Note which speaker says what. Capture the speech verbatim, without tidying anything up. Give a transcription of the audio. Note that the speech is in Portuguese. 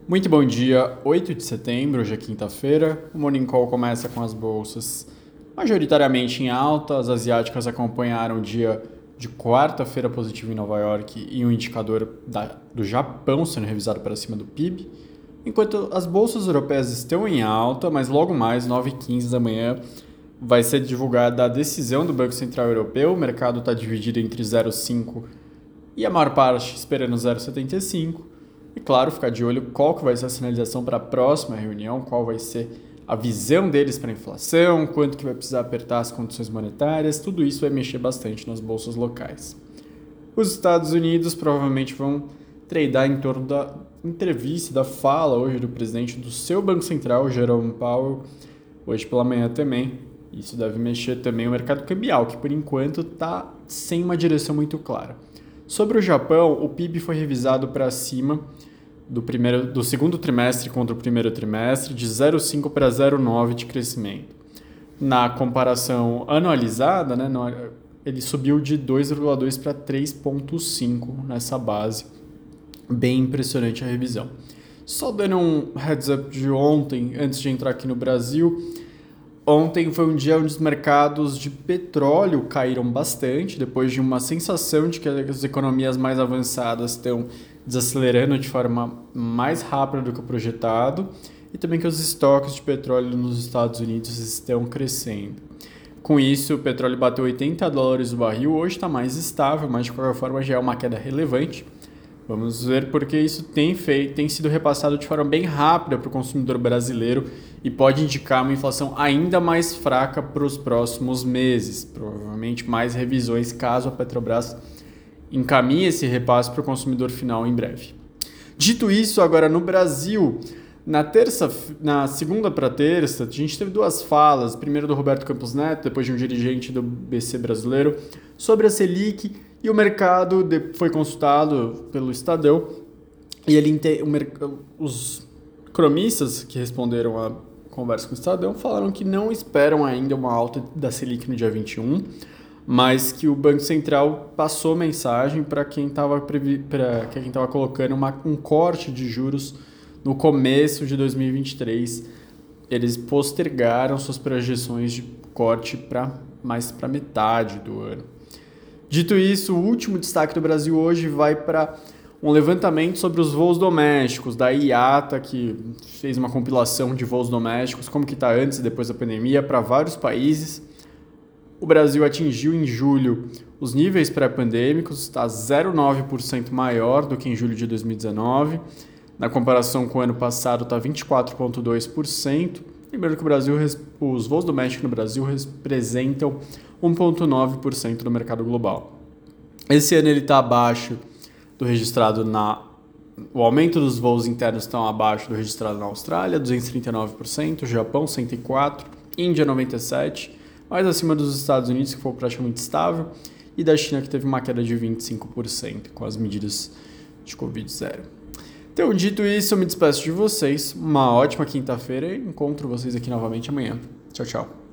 Speaker 1: Muito bom dia, oito de setembro, hoje é quinta-feira. O Morning Call começa com as bolsas majoritariamente em alta. As asiáticas acompanharam o dia de quarta-feira positivo em Nova York e um indicador da, do Japão sendo revisado para cima do P I B. Enquanto as bolsas europeias estão em alta, mas logo mais, nove e quinze da manhã, vai ser divulgada a decisão do Banco Central Europeu. O mercado está dividido entre zero vírgula cinco e a maior parte esperando zero vírgula setenta e cinco. E claro, ficar de olho qual que vai ser a sinalização para a próxima reunião, qual vai ser a visão deles para a inflação, quanto que vai precisar apertar as condições monetárias, tudo isso vai mexer bastante nas bolsas locais. Os Estados Unidos provavelmente vão tradear em torno da entrevista, da fala hoje do presidente do seu Banco Central, Jerome Powell, hoje pela manhã também. Isso deve mexer também o mercado cambial, que por enquanto está sem uma direção muito clara. Sobre o Japão, o P I B foi revisado para cima do, primeiro, do segundo trimestre contra o primeiro trimestre, de zero vírgula cinco para zero vírgula nove de crescimento. Na comparação anualizada, né, ele subiu de dois vírgula dois para três vírgula cinco nessa base. Bem impressionante a revisão. Só dando um heads up de ontem, antes de entrar aqui no Brasil. Ontem foi um dia onde os mercados de petróleo caíram bastante, depois de uma sensação de que as economias mais avançadas estão desacelerando de forma mais rápida do que o projetado, e também que os estoques de petróleo nos Estados Unidos estão crescendo. Com isso, o petróleo bateu oitenta dólares o barril, hoje está mais estável, mas de qualquer forma já é uma queda relevante. Vamos ver porque isso tem, feito, tem sido repassado de forma bem rápida para o consumidor brasileiro e pode indicar uma inflação ainda mais fraca para os próximos meses. Provavelmente mais revisões caso a Petrobras encaminhe esse repasse para o consumidor final em breve. Dito isso, agora no Brasil, na, terça, na segunda para terça, a gente teve duas falas. Primeiro do Roberto Campos Neto, depois de um dirigente do B C brasileiro, sobre a Selic. E o mercado foi consultado pelo Estadão e ele, os cromistas que responderam à conversa com o Estadão falaram que não esperam ainda uma alta da Selic no dia vinte e um, mas que o Banco Central passou mensagem para quem estava quem estava colocando uma, um corte de juros no começo de dois mil e vinte e três. Eles postergaram suas projeções de corte para mais para metade do ano. Dito isso, o último destaque do Brasil hoje vai para um levantamento sobre os voos domésticos, da I A T A, que fez uma compilação de voos domésticos, como que está antes e depois da pandemia, para vários países. O Brasil atingiu em julho os níveis pré-pandêmicos, está zero vírgula nove por cento maior do que em julho de dois mil e dezenove. Na comparação com o ano passado, está vinte e quatro vírgula dois por cento. Lembrando que o Brasil, os voos domésticos no Brasil representam um vírgula nove por cento do mercado global. Esse ano ele está abaixo do registrado na... O aumento dos voos internos estão abaixo do registrado na Austrália, duzentos e trinta e nove por cento, Japão cento e quatro por cento, Índia noventa e sete por cento, mais acima dos Estados Unidos, que foi praticamente estável, e da China, que teve uma queda de vinte e cinco por cento com as medidas de Covid zero. Então, dito isso, eu me despeço de vocês. Uma ótima quinta-feira e encontro vocês aqui novamente amanhã. Tchau, tchau.